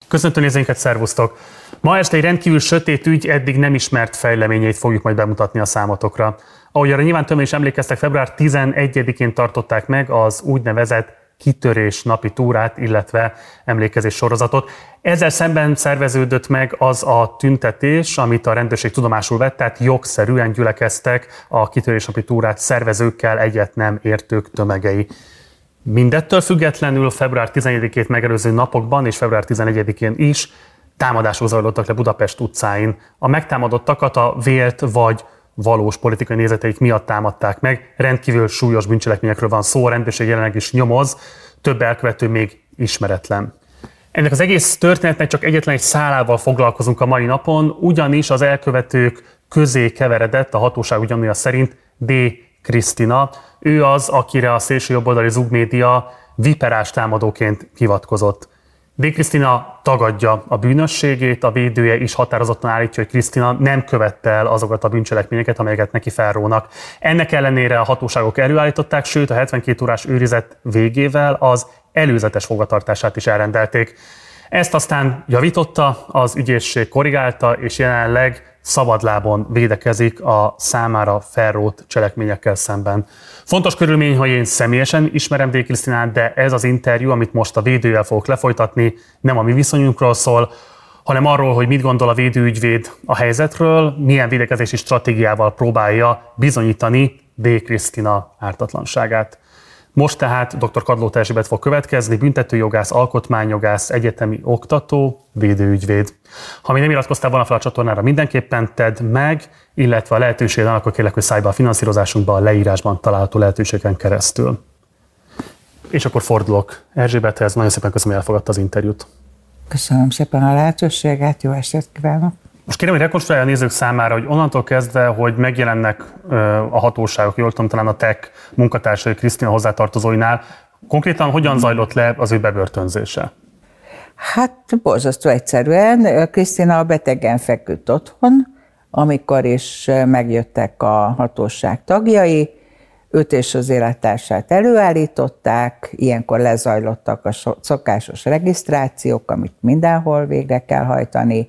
Köszöntő nézőinket, szervusztok! Ma este egy rendkívül sötét ügy eddig nem ismert fejleményeit fogjuk majd bemutatni a számotokra. Ahogy arra nyilván többen is emlékeztek, február 11-én tartották meg az úgynevezett kitörés napi túrát, illetve emlékezés sorozatot. Ezzel szemben szerveződött meg az a tüntetés, amit a rendőrség tudomásul vett, tehát jogszerűen gyülekeztek a kitörés napi túrát szervezőkkel egyet nem értők tömegei. Mindettől függetlenül február 11-ét megelőző napokban és február 11-én is támadások zajlottak le Budapest utcáin. A megtámadottakat a vélt vagy valós politikai nézeteik miatt támadták meg. Rendkívül súlyos bűncselekményekről van szó, a rendőrség jelenleg is nyomoz, több elkövető még ismeretlen. Ennek az egész történetnek csak egyetlen egy szálával foglalkozunk a mai napon, ugyanis az elkövetők közé keveredett a hatóság ugyanolyan szerint D. Krisztina. Ő az, akire a szélsőjobboldali Zug média viperás támadóként hivatkozott. D. Krisztina tagadja a bűnösségét, a védője is határozottan állítja, hogy Krisztina nem követte el azokat a bűncselekményeket, amelyeket neki felrónak. Ennek ellenére a hatóságok előállították, sőt a 72 órás őrizet végével az előzetes fogvatartását is elrendelték. Ezt aztán javította, az ügyészség korrigálta, és jelenleg szabadlábon védekezik a számára felrótt cselekményekkel szemben. Fontos körülmény, hogy én személyesen ismerem D. Krisztinát, de ez az interjú, amit most a védőjel fogok lefolytatni, nem a mi viszonyunkról szól, hanem arról, hogy mit gondol a védőügyvéd a helyzetről, milyen védekezési stratégiával próbálja bizonyítani D. Krisztina ártatlanságát. Most tehát dr. Kadlót Erzsébet fog következni, büntetőjogász, alkotmányjogász, egyetemi oktató, védőügyvéd. Ha még nem iratkoztál volna fel a csatornára, mindenképpen tedd meg, illetve a lehetőséged van, akkor kérlek, hogy szállj be a finanszírozásunkba a leírásban található lehetőségen keresztül. És akkor fordulok Erzsébethez, nagyon szépen köszönöm, hogy elfogadta az interjút. Köszönöm szépen a lehetőséget, jó estét kívánok! Most kérem, hogy rekonstruálja a nézők számára, hogy onnantól kezdve, hogy megjelennek a hatóságok, jól tudom, talán a TEK munkatársai Krisztina hozzátartozóinál, konkrétan hogyan zajlott le az ő bebörtönzése? Hát borzasztó egyszerűen. Krisztina betegen feküdt otthon, amikor is megjöttek a hatóság tagjai, őt és az élettársát előállították, ilyenkor lezajlottak a szokásos regisztrációk, amit mindenhol végre kell hajtani,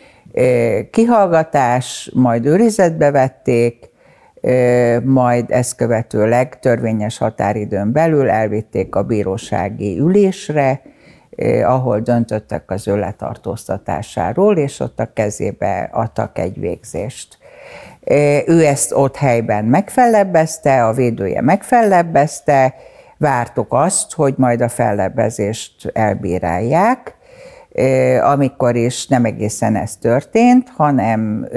kihallgatás, majd őrizetbe vették, majd ezt követőleg törvényes határidőn belül elvitték a bírósági ülésre, ahol döntöttek az ő letartóztatásáról, és ott a kezébe adtak egy végzést. Ő ezt ott helyben megfellebbezte, a védője megfellebbezte, vártuk azt, hogy majd a fellebbezést elbírálják, amikor is nem egészen ez történt, hanem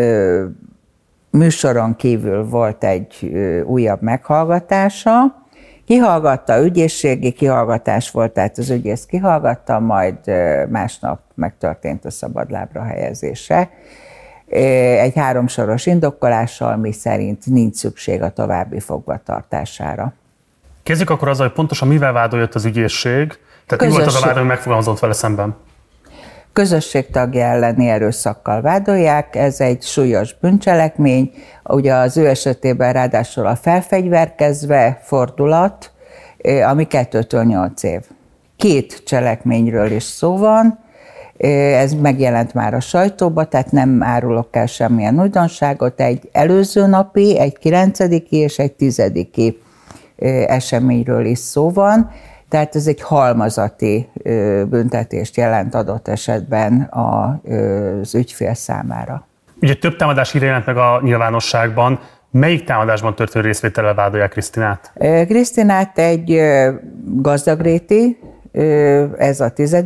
műsoron kívül volt egy újabb meghallgatása. Kihallgatta, ügyészségi kihallgatás volt, tehát az ügyész kihallgatta, majd másnap megtörtént a szabadlábra helyezése. Egy 3 soros indokkolással, mi szerint nincs szükség a további fogvatartására. Kezdjük akkor azzal, hogy pontosan mivel vádolja az ügyészség? Tehát mi volt az a vád, ami megfogalmazott vele szemben? Közösségtagja elleni erőszakkal vádolják, ez egy súlyos bűncselekmény, ugye az ő esetében ráadásul a felfegyverkezve fordulat, ami 2-től 8 év. 2 cselekményről is szó van, ez megjelent már a sajtóba, tehát nem árulok el semmilyen újdonságot, egy előző napi, egy 9. és egy 10. eseményről is szó van. Tehát ez egy halmazati büntetést jelent adott esetben az ügyfél számára. Ugye több támadás híre jelent meg a nyilvánosságban. Melyik támadásban történő részvétellel vádolják Krisztinát? Krisztinát egy gazdagréti, ez a 10.,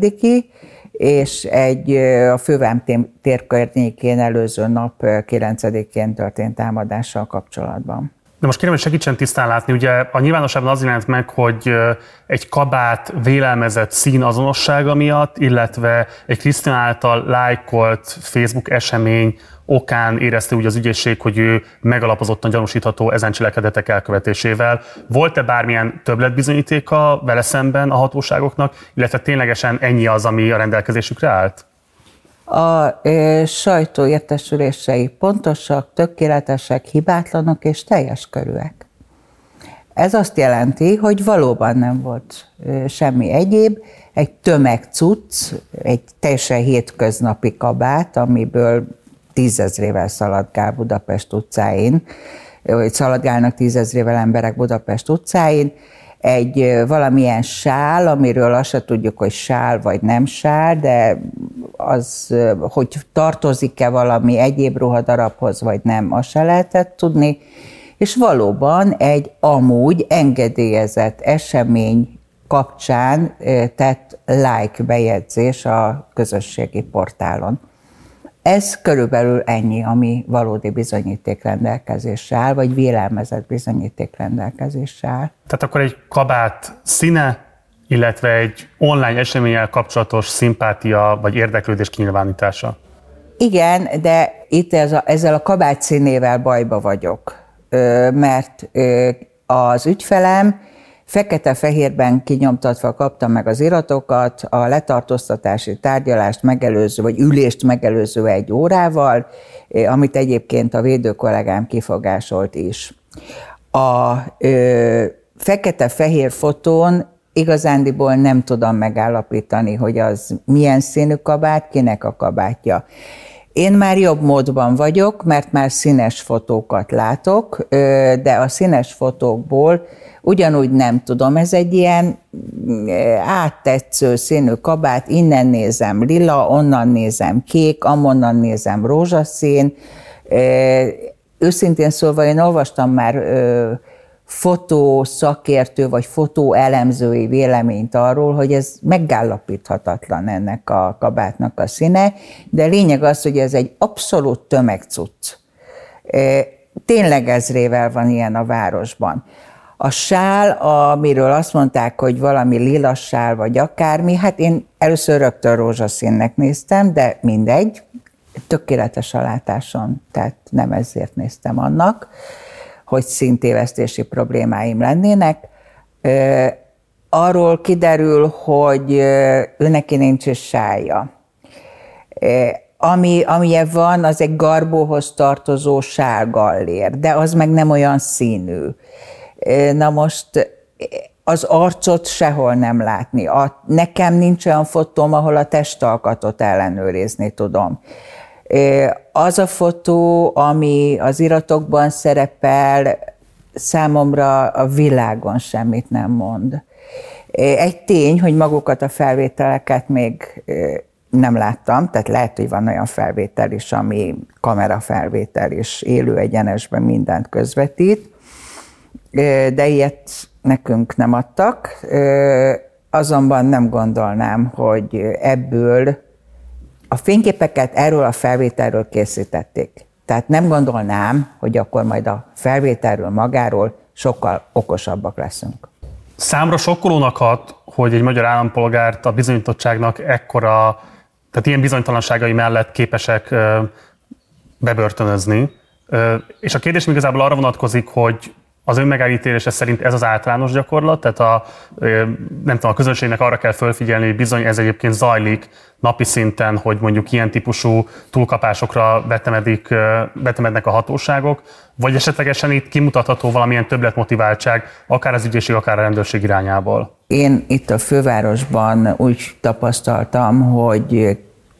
és egy a Fővám tér környékén előző nap 9-én történt támadással kapcsolatban. De most kérem, hogy segítsen tisztán látni, ugye a nyilvánosságban az jelent meg, hogy egy kabát vélelmezett színazonossága miatt, illetve egy Krisztina által lájkolt Facebook esemény okán érezte úgy az ügyészség, hogy ő megalapozottan gyanúsítható ezen cselekedetek elkövetésével. Volt-e bármilyen többletbizonyítéka vele szemben a hatóságoknak, illetve ténylegesen ennyi az, ami a rendelkezésükre állt? A sajtó értesülései pontosak, tökéletesek, hibátlanok és teljes körűek. Ez azt jelenti, hogy valóban nem volt semmi egyéb, egy tömegcucc, egy teljesen hétköznapi kabát, amiből 10 000-ével szaladgál Budapest utcáin, vagy szaladgálnak 10 000-ével emberek Budapest utcáin, egy valamilyen sál, amiről azt se tudjuk, hogy sál vagy nem sál, de az, hogy tartozik-e valami egyéb ruhadarabhoz, vagy nem, azt se lehetett tudni. És valóban egy amúgy engedélyezett esemény kapcsán tett like bejegyzés a közösségi portálon. Ez körülbelül ennyi, ami valódi bizonyíték rendelkezésre áll, vagy vélelmezett bizonyíték rendelkezésre áll. Tehát akkor egy kabát színe, illetve egy online eseménnyel kapcsolatos szimpátia vagy érdeklődés kinyilvánítása. Igen, de itt ezzel a kabát színével bajba vagyok, mert az ügyfelem fekete-fehérben kinyomtatva kapta meg az iratokat, a letartóztatási tárgyalást megelőző, vagy ülést megelőző 1 órával, amit egyébként a védőkollégám kifogásolt is. A fekete-fehér fotón igazándiból nem tudom megállapítani, hogy az milyen színű kabát, kinek a kabátja. Én már jobb módban vagyok, mert már színes fotókat látok, de a színes fotókból ugyanúgy nem tudom, ez egy ilyen áttetsző színű kabát, innen nézem lila, onnan nézem kék, amonnan nézem rózsaszín. Őszintén szólva én olvastam már fotószakértő vagy fotóelemzői véleményt arról, hogy ez megállapíthatatlan ennek a kabátnak a színe, de lényeg az, hogy ez egy abszolút tömegcucc. Tényleg ezrével van ilyen a városban. A sál, amiről azt mondták, hogy valami lila sál vagy akármi, hát én először rögtön rózsaszínnek néztem, de mindegy, tökéletes a látáson, tehát nem ezért néztem annak, hogy színtévesztési problémáim lennének. Arról kiderül, hogy ő neki nincs is sálja. Amilyen van, az egy garbóhoz tartozó sálgallér, de az meg nem olyan színű. Na most az arcot sehol nem látni. Nekem nincs olyan fotóm, ahol a testalkatot ellenőrizni tudom. Az a fotó, ami az iratokban szerepel, számomra a világon semmit nem mond. Egy tény, hogy magukat a felvételeket még nem láttam, tehát lehet, hogy van olyan felvétel is, ami kamerafelvétel is, élő egyenesben mindent közvetít, de ilyet nekünk nem adtak. Azonban nem gondolnám, hogy ebből a fényképeket erről a felvételről készítették. Tehát nem gondolnám, hogy akkor majd a felvételről magáról sokkal okosabbak leszünk. Számra sokkolónak hat, hogy egy magyar állampolgárt a bizonyítottságnak ekkora, tehát ilyen bizonytalanságai mellett képesek bebörtönözni. És a kérdés igazából arra vonatkozik, hogy az ön megállítése szerint ez az általános gyakorlat, tehát nem tudom, a közönségnek arra kell fölfigyelni, hogy bizony ez egyébként zajlik napi szinten, hogy mondjuk ilyen típusú túlkapásokra vetemednek a hatóságok, vagy esetlegesen itt kimutatható valamilyen többletmotiváltság, akár az ügyészség, akár a rendőrség irányából? Én itt a fővárosban úgy tapasztaltam, hogy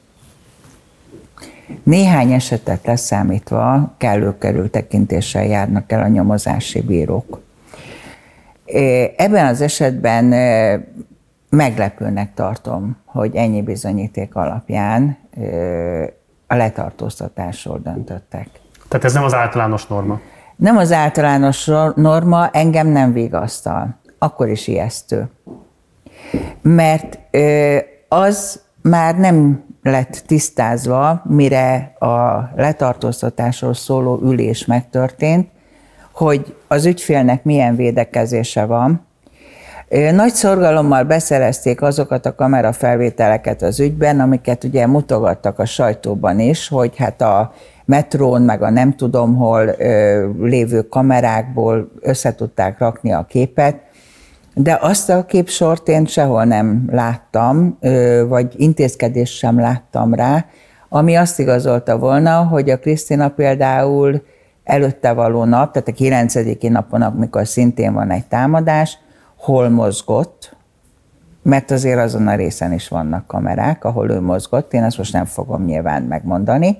néhány esetet leszámítva kellő körültekintéssel járnak el a nyomozási bírók. Ebben az esetben meglepőnek tartom, hogy ennyi bizonyíték alapján a letartóztatásról döntöttek. Tehát ez nem az általános norma? Nem az általános norma, engem nem vigasztal. Akkor is ijesztő. Mert az már nem lett tisztázva, mire a letartóztatásról szóló ülés megtörtént, hogy az ügyfélnek milyen védekezése van. Nagy szorgalommal beszerezték azokat a kamerafelvételeket az ügyben, amiket ugye mutogattak a sajtóban is, hogy hát a metrón, meg a nem tudom hol lévő kamerákból össze tudták rakni a képet, de azt a képsort én sehol nem láttam, vagy intézkedést sem láttam rá, ami azt igazolta volna, hogy a Krisztina például előtte való nap, tehát a 9. napon, amikor szintén van egy támadás, hol mozgott, mert azért azon a részen is vannak kamerák, ahol ő mozgott, én ezt most nem fogom nyilván megmondani,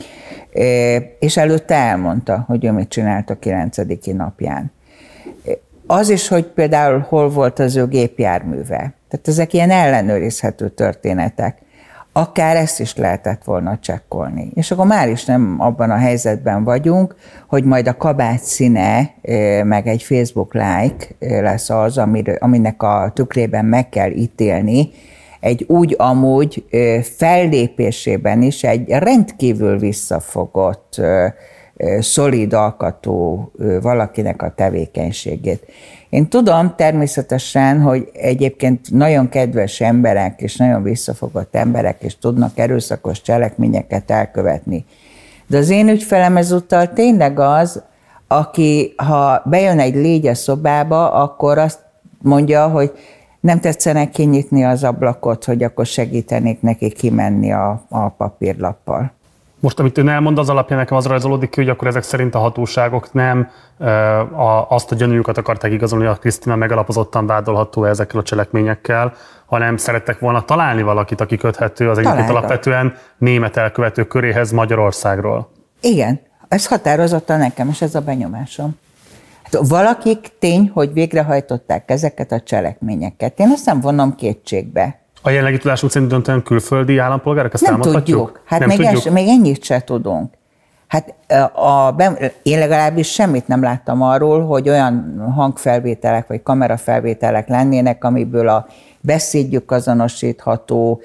és előtte elmondta, hogy ő mit csinált a 9. napján. Az is, hogy például hol volt az ő gépjárműve. Tehát ezek ilyen ellenőrizhető történetek. Akár ezt is lehetett volna csekkolni. És akkor már is nem abban a helyzetben vagyunk, hogy majd a kabát színe, meg egy Facebook like lesz az, aminek a tükrében meg kell ítélni, egy úgy amúgy fellépésében is egy rendkívül visszafogott, szolid alkatú valakinek a tevékenységét. Én tudom természetesen, hogy egyébként nagyon kedves emberek és nagyon visszafogott emberek is tudnak erőszakos cselekményeket elkövetni. De az én ügyfelem ezúttal tényleg az, aki, ha bejön egy légy a szobába, akkor azt mondja, hogy nem tetszenek kinyitni az ablakot, hogy akkor segítenék neki kimenni a papírlappal. Most, amit ön elmond, az alapján nekem az rajzolódik ki, hogy akkor ezek szerint a hatóságok nem azt a gyanújukat akarták igazolni, hogy a Krisztina megalapozottan vádolható ezekkel a cselekményekkel, hanem szerettek volna találni valakit, aki köthető az egyébként alapvetően német elkövetők köréhez Magyarországról. Igen, ez határozottan nekem, és ez a benyomásom. Hát valakik tény, hogy végrehajtották ezeket a cselekményeket. Én azt nem vonom kétségbe. A jelenlegi tudásunk szerint döntően külföldi állampolgárok? Ezt nem tudjuk. Hát nem tudjuk. Még ennyit se tudunk. Hát én legalábbis semmit nem láttam arról, hogy olyan hangfelvételek vagy kamerafelvételek lennének, amiből a beszédjük azonosítható.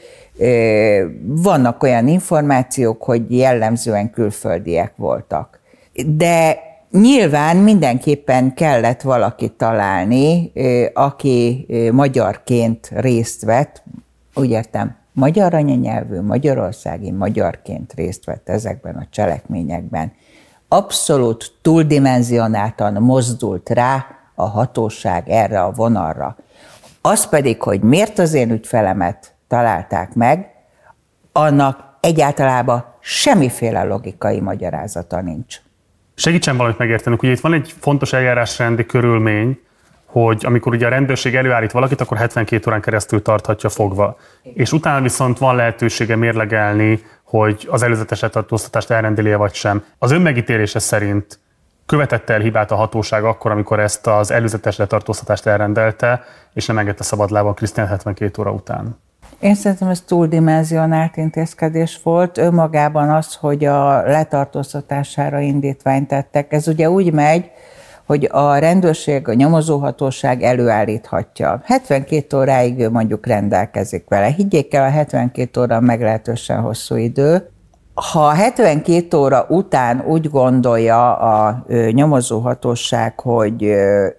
Vannak olyan információk, hogy jellemzően külföldiek voltak. De nyilván mindenképpen kellett valakit találni, aki magyarként részt vett, úgy értem, magyar anyanyelvű, magyarországi magyarként részt vett ezekben a cselekményekben. Abszolút túldimenzionáltan mozdult rá a hatóság erre a vonalra. Az pedig, hogy miért az én ügyfelemet találták meg, annak egyáltalában semmiféle logikai magyarázata nincs. Segítsen valamit megértenünk. Ugye itt van egy fontos eljárásrendi körülmény, hogy amikor ugye a rendőrség előállít valakit, akkor 72 órán keresztül tarthatja fogva. És utána viszont van lehetősége mérlegelni, hogy az előzetes letartóztatást elrendeli-e vagy sem. Az ön megítélése szerint követette el hibát a hatóság akkor, amikor ezt az előzetes letartóztatást elrendelte, és nem engedte szabadlábon Krisztinát 72 óra után? Én szerintem ez túldimenzionált intézkedés volt. Önmagában az, hogy a letartóztatására indítványt tettek. Ez ugye úgy megy, hogy a rendőrség, a nyomozóhatóság előállíthatja. 72 óráig ő mondjuk rendelkezik vele. Higgyék el, a 72 óra meglehetősen hosszú idő. Ha 72 óra után úgy gondolja a nyomozóhatóság, hogy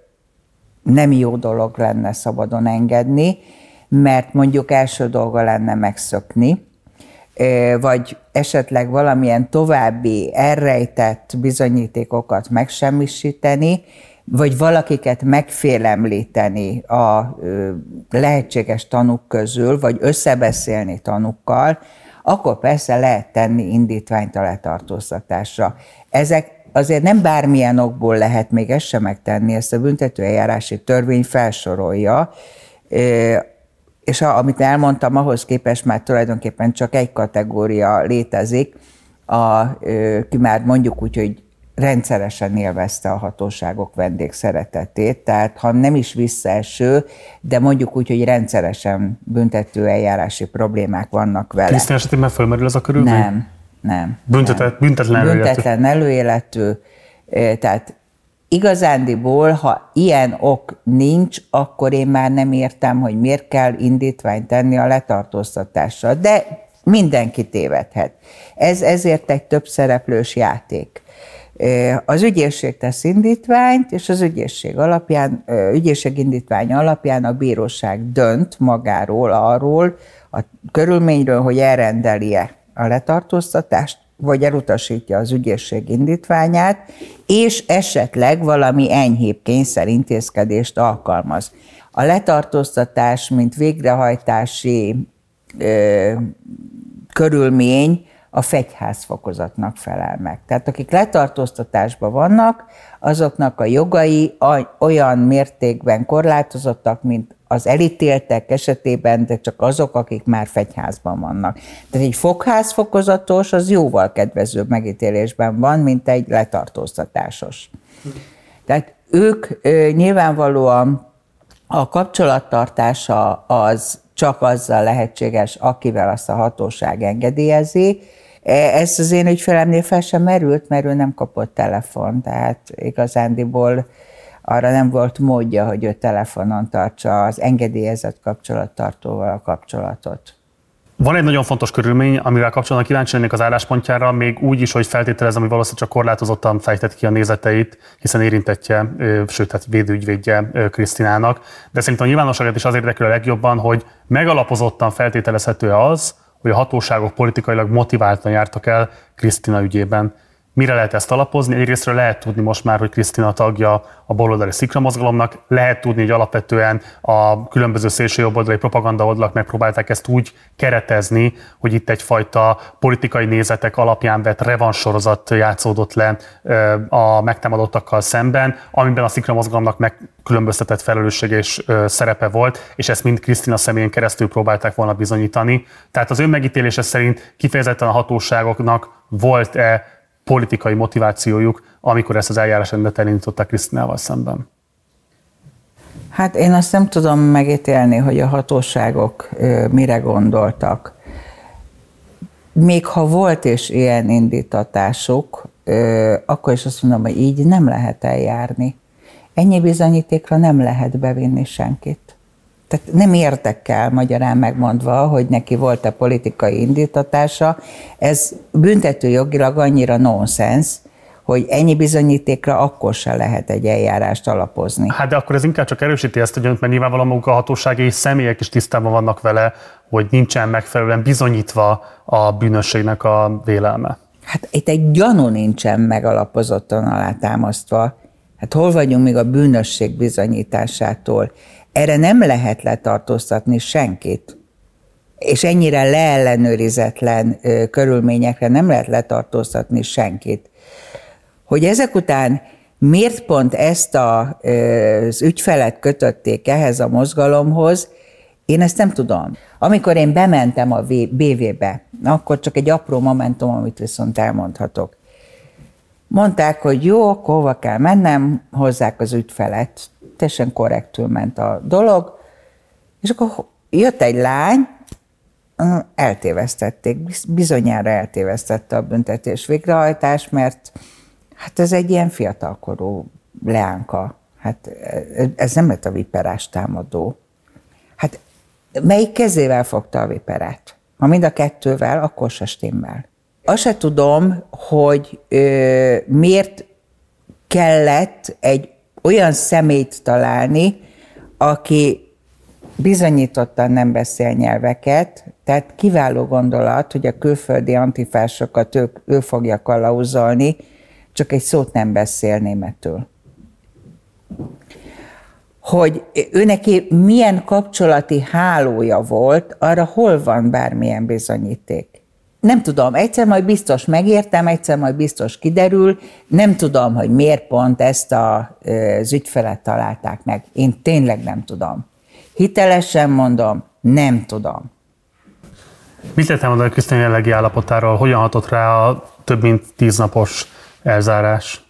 nem jó dolog lenne szabadon engedni, mert mondjuk első dolga lenne megszökni, vagy esetleg valamilyen további elrejtett bizonyítékokat megsemmisíteni, vagy valakiket megfélemlíteni a lehetséges tanúk közül, vagy összebeszélni tanúkkal, akkor persze lehet tenni indítványt a letartóztatásra. Ezek azért nem bármilyen okból lehet még ezt sem megtenni, ezt a büntetőeljárási törvény felsorolja, és amit elmondtam, ahhoz képest már tulajdonképpen csak egy kategória létezik, ki már mondjuk úgy, hogy rendszeresen élvezte a hatóságok vendégszeretetét, tehát ha nem is visszaeső, de mondjuk úgy, hogy rendszeresen büntetőeljárási problémák vannak vele. Krisztina esetében fölmerül ez a körülmény? Nem. Büntetlen előéletű. Tehát igazándiból, ha ilyen ok nincs, akkor én már nem értem, hogy miért kell indítványt tenni a letartóztatásra. De mindenki tévedhet. Ez ezért egy többszereplős játék. Az ügyészség tesz indítványt, és az ügyészség indítvány alapján a bíróság dönt magáról, arról, a körülményről, hogy elrendeli-e a letartóztatást, vagy elutasítja az ügyészség indítványát, és esetleg valami enyhébb kényszerintézkedést alkalmaz. A letartóztatás, mint végrehajtási körülmény a fegyházfokozatnak felel meg. Tehát akik letartóztatásban vannak, azoknak a jogai olyan mértékben korlátozottak, mint az elítéltek esetében, de csak azok, akik már fegyházban vannak. Tehát egy fogházfokozatos, az jóval kedvezőbb megítélésben van, mint egy letartóztatásos. Tehát ők nyilvánvalóan a kapcsolattartása az csak azzal lehetséges, akivel azt a hatóság engedélyezi. Ez az én ügyfelemnél fel sem merült, mert ő nem kapott telefon, tehát igazándiból arra nem volt módja, hogy ő telefonon tartsa az engedélyezett kapcsolattartóval a kapcsolatot. Van egy nagyon fontos körülmény, amivel kapcsolatban kíváncsi lennék az álláspontjára, még úgy is, hogy feltételezem, hogy valószínűleg csak korlátozottan fejtett ki a nézeteit, hiszen érintettje, sőt, tehát védőügyvédje Krisztinának. De szerintem a nyilvánosságot is az érdekel a legjobban, hogy megalapozottan feltételezhető az, hogy a hatóságok politikailag motiváltan jártak el Krisztina ügyében. Mire lehet ezt alapozni? Egyrésztről lehet tudni most már, hogy Krisztina tagja a baloldali szikromozgalomnak, lehet tudni, hogy alapvetően a különböző szélsőjobboldali propagandaoldalak megpróbálták ezt úgy keretezni, hogy itt egyfajta politikai nézetek alapján vett revanssorozat játszódott le a megtámadottakkal szemben, amiben a szikromozgalomnak megkülönböztetett felelősség és szerepe volt, és ezt mind Krisztina személyén keresztül próbálták volna bizonyítani. Tehát az ön megítélése szerint kifejezetten a hatóságoknak volt-e politikai motivációjuk, amikor ezt az eljárásrendet elindították Krisztinával szemben? Hát én azt nem tudom megítélni, hogy a hatóságok mire gondoltak. Még ha volt is ilyen indítatásuk, akkor is azt mondom, hogy így nem lehet eljárni. Ennyi bizonyítékra nem lehet bevinni senkit. Tehát nem érdekel, magyarán megmondva, hogy neki volt-e politikai indítatása. Ez büntetőjogilag annyira nonsens, hogy ennyi bizonyítékra akkor se lehet egy eljárást alapozni. Hát de akkor ez inkább csak erősíti ezt, hogy mert nyilvánvalóan maguk a hatósági és személyek is tisztában vannak vele, hogy nincsen megfelelően bizonyítva a bűnösségnek a vélelme. Hát itt egy gyanú nincsen megalapozottan alátámasztva. Hát hol vagyunk még a bűnösség bizonyításától? Erre nem lehet letartóztatni senkit. És ennyire leellenőrizetlen körülményekre nem lehet letartóztatni senkit. Hogy ezek után miért pont ezt az ügyfelet kötötték ehhez a mozgalomhoz, én ezt nem tudom. Amikor én bementem a BV-be, akkor csak egy apró momentum, amit viszont elmondhatok. Mondták, hogy jó, akkor hova kell mennem, hozzák az ügyfelet. Teljesen korrektül ment a dolog, és akkor jött egy lány, eltévesztették, bizonyára eltévesztette a büntetés végrehajtás, mert hát ez egy ilyen fiatalkorú leánka. Hát ez nem lett a viperás támadó. Hát melyik kezével fogta a viperát? Ha mind a kettővel, akkor se stimmel. Azt se tudom, hogy miért kellett egy olyan személyt találni, aki bizonyítottan nem beszél nyelveket, tehát kiváló gondolat, hogy a külföldi antifásokat ő fogja kalauzolni, csak egy szót nem beszél németül. Hogy ő neki milyen kapcsolati hálója volt, arra hol van bármilyen bizonyíték. Nem tudom, egyszer majd biztos megértem, egyszer majd biztos kiderül, nem tudom, hogy miért pont ezt az ügyfelet találták meg. Én tényleg nem tudom. Hitelesen mondom, nem tudom. Mit lehet elmondani a Krisztina jelenlegi állapotáról? Hogyan hatott rá a több mint 10 napos elzárás?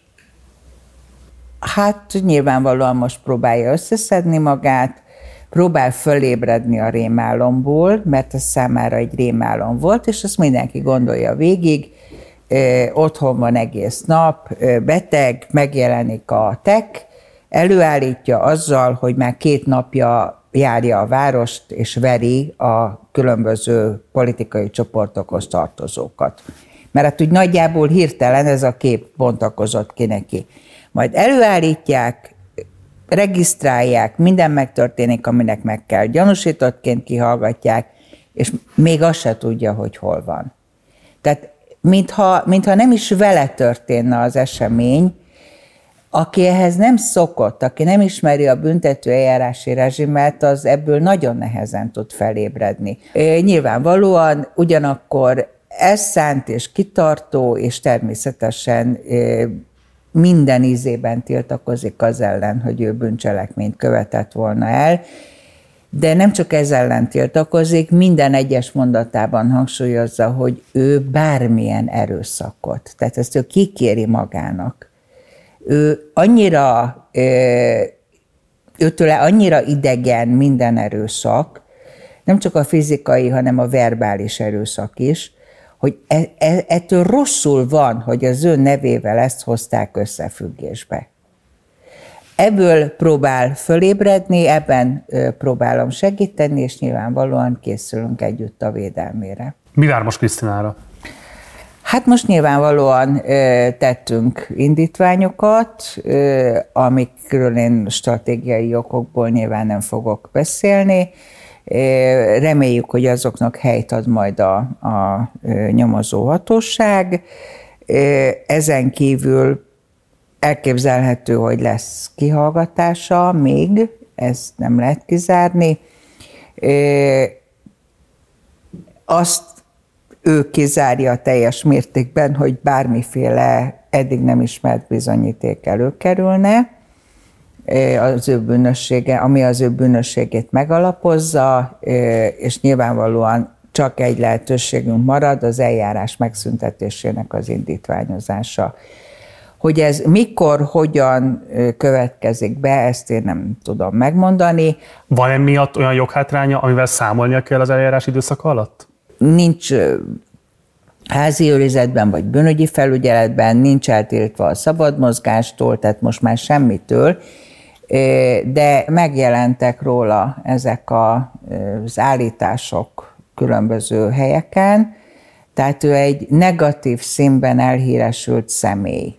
Hát nyilvánvalóan most próbálja összeszedni magát, próbál fölébredni a rémálomból, mert ez számára egy rémálom volt, és ezt mindenki gondolja végig. Otthon van egész nap, beteg, megjelenik a TEK, előállítja azzal, hogy már 2 napja járja a várost, és veri a különböző politikai csoportokhoz tartozókat. Mert hát úgy nagyjából hirtelen ez a kép bontakozott ki neki. Majd előállítják, regisztrálják, minden megtörténik, aminek meg kell. Gyanúsítottként kihallgatják, és még azt se tudja, hogy hol van. Tehát mintha nem is vele történne az esemény, aki ehhez nem szokott, aki nem ismeri a büntető eljárási rezsimet, az ebből nagyon nehezen tud felébredni. Nyilvánvalóan ugyanakkor elszánt és kitartó, és természetesen minden ízében tiltakozik az ellen, hogy ő bűncselekményt követett volna el, De nem csak ez ellen tiltakozik, minden egyes mondatában hangsúlyozza, hogy ő bármilyen erőszakot, tehát ezt ő kikéri magának. Őtőle annyira idegen minden erőszak, nem csak a fizikai, hanem a verbális erőszak is, hogy ettől rosszul van, hogy az ő nevével ezt hozták összefüggésbe. Ebből próbál fölébredni, ebben próbálom segíteni, és nyilvánvalóan készülünk együtt a védelmére. Mi vár most Krisztinára? Hát most nyilvánvalóan tettünk indítványokat, amikről én stratégiai okokból nyilván nem fogok beszélni. Reméljük, hogy azoknak helyt ad majd a nyomozó hatóság. Ezen kívül elképzelhető, hogy lesz kihallgatása még, ezt nem lehet kizárni. Azt ő kizárja teljes mértékben, hogy bármiféle eddig nem ismert bizonyíték előkerülne, az ő bűnössége, ami az ő bűnösségét megalapozza, és nyilvánvalóan csak egy lehetőségünk marad, az eljárás megszüntetésének az indítványozása. Hogy ez mikor, hogyan következik be, ezt én nem tudom megmondani. Van emiatt olyan joghátránya, amivel számolnia kell az eljárás időszaka alatt? Nincs házi őrizetben vagy bűnügyi felügyeletben, nincs eltiltva a szabad mozgástól, tehát most már semmitől, de megjelentek róla ezek az állítások különböző helyeken, tehát ő egy negatív színben elhíresült személy.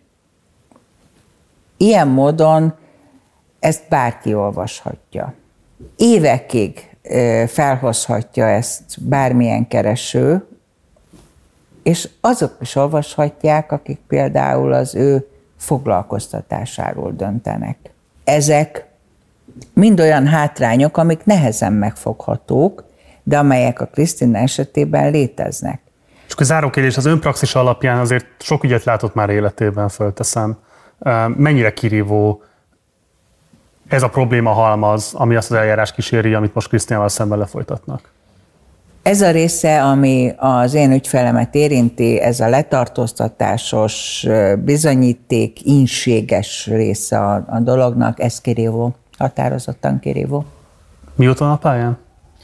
Ilyen módon ezt bárki olvashatja. Évekig felhozhatja ezt bármilyen kereső, és azok is olvashatják, akik például az ő foglalkoztatásáról döntenek. Ezek mind olyan hátrányok, amik nehezen megfoghatók, de amelyek a Krisztina esetében léteznek. És akkor záró kérdés, az önpraxis alapján azért sok ügyet látott már életében, fölteszem. Mennyire kirívó ez a probléma halmaz, ami azt az eljárás kíséri, amit most Krisztinával szemben lefolytatnak? Ez a része, ami az én ügyfelemet érinti, ez a letartóztatásos, bizonyíték, inséges része a dolognak, ez kirívó, határozottan kirívó. Mióta van a pályán?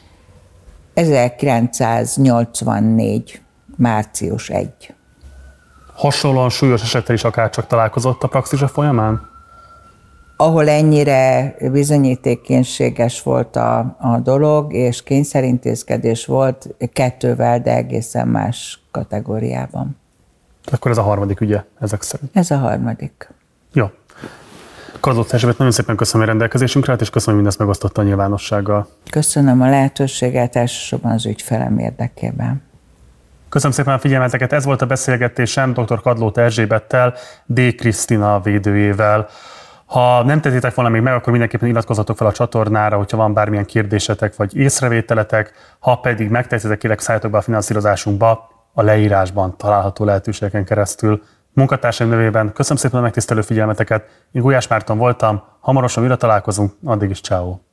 1984. március 1. Hasonlóan súlyos esettel is akár csak találkozott a praxisa folyamán? Ahol ennyire bizonyítékkénységes volt a dolog, és kényszerintézkedés volt, 2-vel, de egészen más kategóriában. Akkor ez a harmadik ügye ezek szerint? Ez a harmadik. Jó. Kadlót Erzsébet, nagyon szépen köszönöm a rendelkezésünkre, és köszönöm, hogy mindezt megosztotta a nyilvánossággal. Köszönöm a lehetőséget, elsősorban az ügyfelem érdekében. Köszönöm szépen a figyelmeteket, ez volt a beszélgetésem dr. Kadlót Erzsébettel, D. Krisztina védőjével. Ha nem tettétek volna még meg, akkor mindenképpen iratkozzatok fel a csatornára, hogyha van bármilyen kérdésetek vagy észrevételetek, ha pedig megtetszitek, kérlek szálljatok be a finanszírozásunkba a leírásban található lehetőségeken keresztül. Munkatársaim nevében köszönöm szépen a megtisztelő figyelmeteket, én Gulyás Márton voltam, hamarosan újra találkozunk, addig is ciao.